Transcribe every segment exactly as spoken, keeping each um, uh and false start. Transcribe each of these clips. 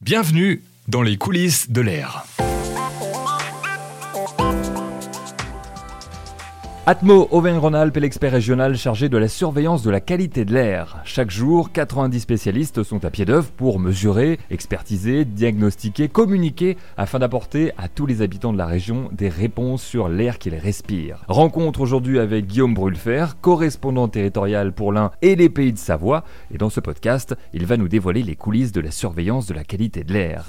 Bienvenue dans les coulisses de l'air. Atmo Auvergne-Rhône-Alpes est l'expert régional chargé de la surveillance de la qualité de l'air. Chaque jour, quatre-vingt-dix spécialistes sont à pied d'œuvre pour mesurer, expertiser, diagnostiquer, communiquer afin d'apporter à tous les habitants de la région des réponses sur l'air qu'ils respirent. Rencontre aujourd'hui avec Guillaume Brulfer, correspondant territorial pour l'Ain et les Pays de Savoie. Et dans ce podcast, il va nous dévoiler les coulisses de la surveillance de la qualité de l'air.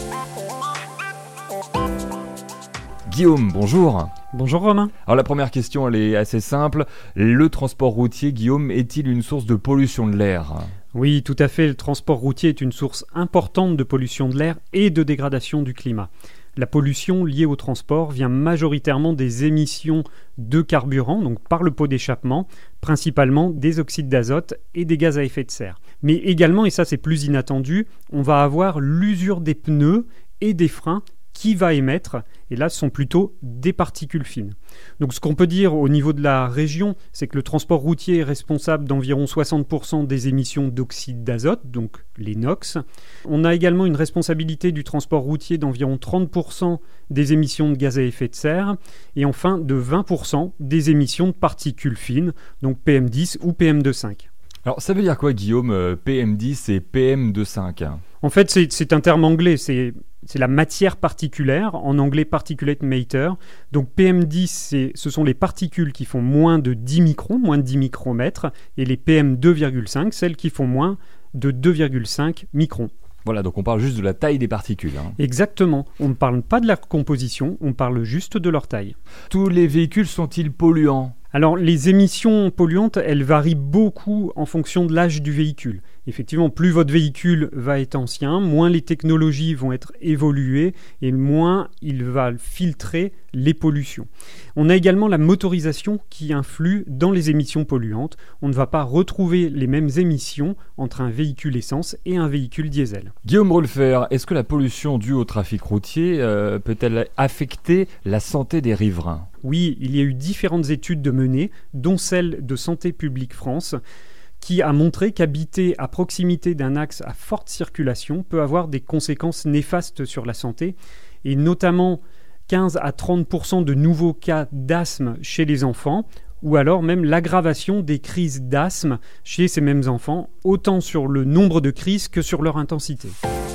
Guillaume, bonjour. Bonjour Romain. Alors la première question, elle est assez simple. Le transport routier, Guillaume, est-il une source de pollution de l'air ? Oui, tout à fait. Le transport routier est une source importante de pollution de l'air et de dégradation du climat. La pollution liée au transport vient majoritairement des émissions de carburant, donc par le pot d'échappement, principalement des oxydes d'azote et des gaz à effet de serre. Mais également, et ça c'est plus inattendu, on va avoir l'usure des pneus et des freins qui va émettre, et là ce sont plutôt des particules fines. Donc ce qu'on peut dire au niveau de la région, c'est que le transport routier est responsable d'environ soixante pour cent des émissions d'oxyde d'azote, donc les NOx. On a également une responsabilité du transport routier d'environ trente pour cent des émissions de gaz à effet de serre, et enfin de vingt pour cent des émissions de particules fines, donc P M dix ou P M deux virgule cinq. Alors ça veut dire quoi, Guillaume, P M dix et P M deux virgule cinq ? En fait, c'est, c'est un terme anglais, c'est, c'est la matière particulière, en anglais particulate matter. Donc P M dix, c'est, ce sont les particules qui font moins de dix microns, moins de dix micromètres, et les P M deux virgule cinq, celles qui font moins de deux virgule cinq microns. Voilà, donc on parle juste de la taille des particules. Hein. Exactement, on ne parle pas de leur composition, on parle juste de leur taille. Tous les véhicules sont-ils polluants ? Alors, les émissions polluantes, elles varient beaucoup en fonction de l'âge du véhicule. Effectivement, plus votre véhicule va être ancien, moins les technologies vont être évoluées et moins il va filtrer les pollutions. On a également la motorisation qui influe dans les émissions polluantes. On ne va pas retrouver les mêmes émissions entre un véhicule essence et un véhicule diesel. Guillaume Brulfer, est-ce que la pollution due au trafic routier euh, peut-elle affecter la santé des riverains ? Oui, il y a eu différentes études de menées, dont celle de Santé publique France, qui a montré qu'habiter à proximité d'un axe à forte circulation peut avoir des conséquences néfastes sur la santé, et notamment quinze à trente pour cent de nouveaux cas d'asthme chez les enfants, ou alors même l'aggravation des crises d'asthme chez ces mêmes enfants, autant sur le nombre de crises que sur leur intensité.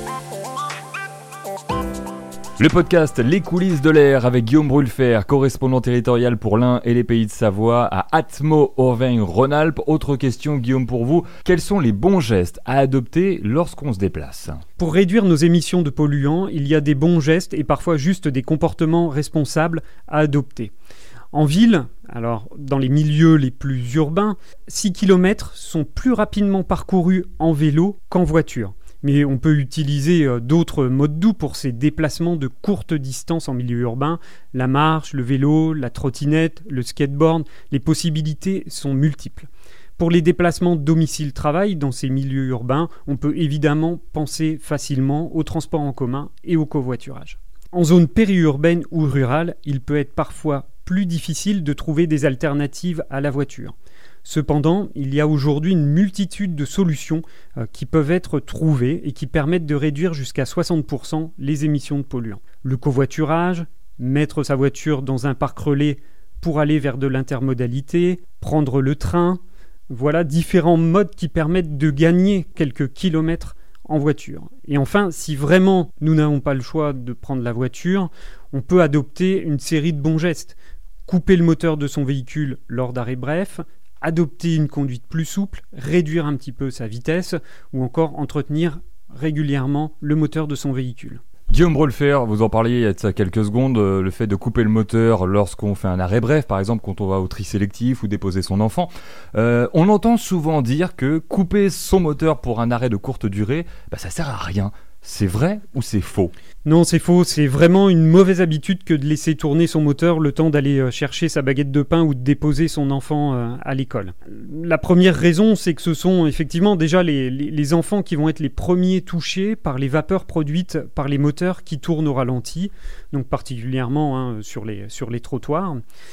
Le podcast Les coulisses de l'air avec Guillaume Brulfer, correspondant territorial pour l'Ain et les Pays de Savoie à Atmo Auvergne-Rhône-Alpes. Autre question, Guillaume, pour vous. Quels sont les bons gestes à adopter lorsqu'on se déplace ? Pour réduire nos émissions de polluants, il y a des bons gestes et parfois juste des comportements responsables à adopter. En ville, alors dans les milieux les plus urbains, six kilomètres sont plus rapidement parcourus en vélo qu'en voiture. Mais on peut utiliser euh, d'autres modes doux pour ces déplacements de courte distance en milieu urbain. La marche, le vélo, la trottinette, le skateboard, les possibilités sont multiples. Pour les déplacements domicile-travail dans ces milieux urbains, on peut évidemment penser facilement au transport en commun et au covoiturage. En zone périurbaine ou rurale, il peut être parfois plus difficile de trouver des alternatives à la voiture. Cependant, il y a aujourd'hui une multitude de solutions euh, qui peuvent être trouvées et qui permettent de réduire jusqu'à soixante pour cent les émissions de polluants. Le covoiturage, mettre sa voiture dans un parc relais pour aller vers de l'intermodalité, prendre le train, voilà différents modes qui permettent de gagner quelques kilomètres en voiture. Et enfin, si vraiment nous n'avons pas le choix de prendre la voiture, on peut adopter une série de bons gestes. Couper le moteur de son véhicule lors d'arrêts brefs, adopter une conduite plus souple, réduire un petit peu sa vitesse ou encore entretenir régulièrement le moteur de son véhicule. Guillaume Brulfer, vous en parliez il y a de ça quelques secondes, euh, le fait de couper le moteur lorsqu'on fait un arrêt bref, par exemple quand on va au tri sélectif ou déposer son enfant. Euh, on entend souvent dire que couper son moteur pour un arrêt de courte durée, bah, ça sert à rien. C'est vrai ou c'est faux ? Non, c'est faux. C'est vraiment une mauvaise habitude que de laisser tourner son moteur le temps d'aller chercher sa baguette de pain ou de déposer son enfant à l'école. La première raison, c'est que ce sont effectivement déjà les, les, les enfants qui vont être les premiers touchés par les vapeurs produites par les moteurs qui tournent au ralenti, donc particulièrement hein, sur les, sur les trottoirs.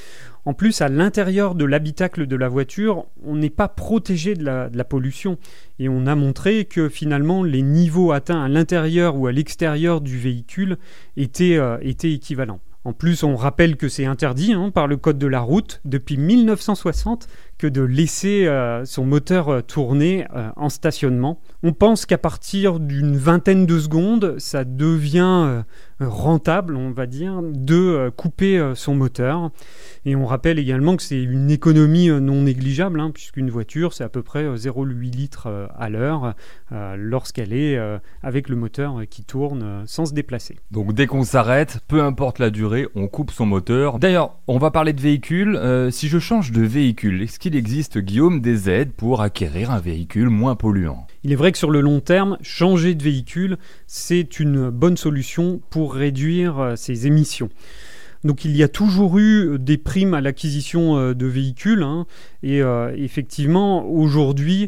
En plus, à l'intérieur de l'habitacle de la voiture, on n'est pas protégé de la, de la pollution. Et on a montré que finalement, les niveaux atteints à l'intérieur ou à l'extérieur du véhicule étaient, euh, étaient équivalents. En plus, on rappelle que c'est interdit hein, par le code de la route depuis mille neuf cent soixante que de laisser euh, son moteur euh, tourner euh, en stationnement. On pense qu'à partir d'une vingtaine de secondes, ça devient euh, rentable, on va dire, de euh, couper euh, son moteur. Et on rappelle également que c'est une économie euh, non négligeable, hein, puisqu'une voiture, c'est à peu près euh, zéro virgule huit litres euh, à l'heure euh, lorsqu'elle est euh, avec le moteur euh, qui tourne euh, sans se déplacer. Donc dès qu'on s'arrête, peu importe la durée, on coupe son moteur. D'ailleurs, on va parler de véhicule. Euh, si je change de véhicule, est-ce qu'il existe, Guillaume, des aides pour acquérir un véhicule moins polluant ? Il est vrai que sur le long terme, changer de véhicule, c'est une bonne solution pour réduire euh, ses émissions. Donc il y a toujours eu des primes à l'acquisition euh, de véhicules hein, et euh, effectivement aujourd'hui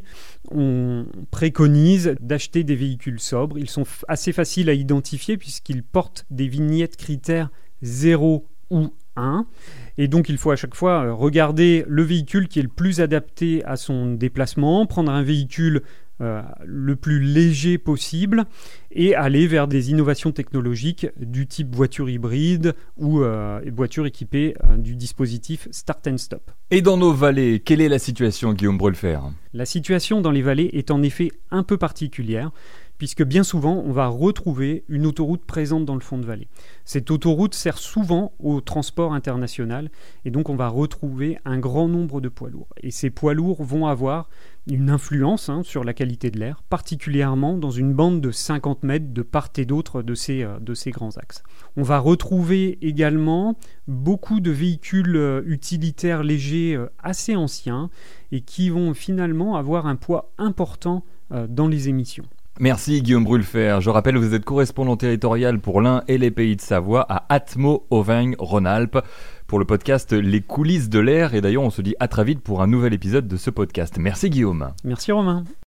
on préconise d'acheter des véhicules sobres. Ils sont f- assez faciles à identifier puisqu'ils portent des vignettes critères zéro ou un. Et donc il faut à chaque fois regarder le véhicule qui est le plus adapté à son déplacement, prendre un véhicule euh, le plus léger possible et aller vers des innovations technologiques du type voiture hybride ou euh, voiture équipée euh, du dispositif Start and Stop. Et dans nos vallées, quelle est la situation, Guillaume Brulfer ? La situation dans les vallées est en effet un peu particulière, puisque bien souvent, on va retrouver une autoroute présente dans le fond de vallée. Cette autoroute sert souvent au transport international, et donc on va retrouver un grand nombre de poids lourds. Et ces poids lourds vont avoir une influence hein, sur la qualité de l'air, particulièrement dans une bande de cinquante mètres de part et d'autre de ces, euh, de ces grands axes. On va retrouver également beaucoup de véhicules euh, utilitaires légers euh, assez anciens, et qui vont finalement avoir un poids important euh, dans les émissions. Merci Guillaume Brulfer. Je rappelle que vous êtes correspondant territorial pour l'Ain et les Pays de Savoie à Atmo Auvergne-Rhône-Alpes pour le podcast Les coulisses de l'air. Et d'ailleurs, on se dit à très vite pour un nouvel épisode de ce podcast. Merci Guillaume. Merci Romain.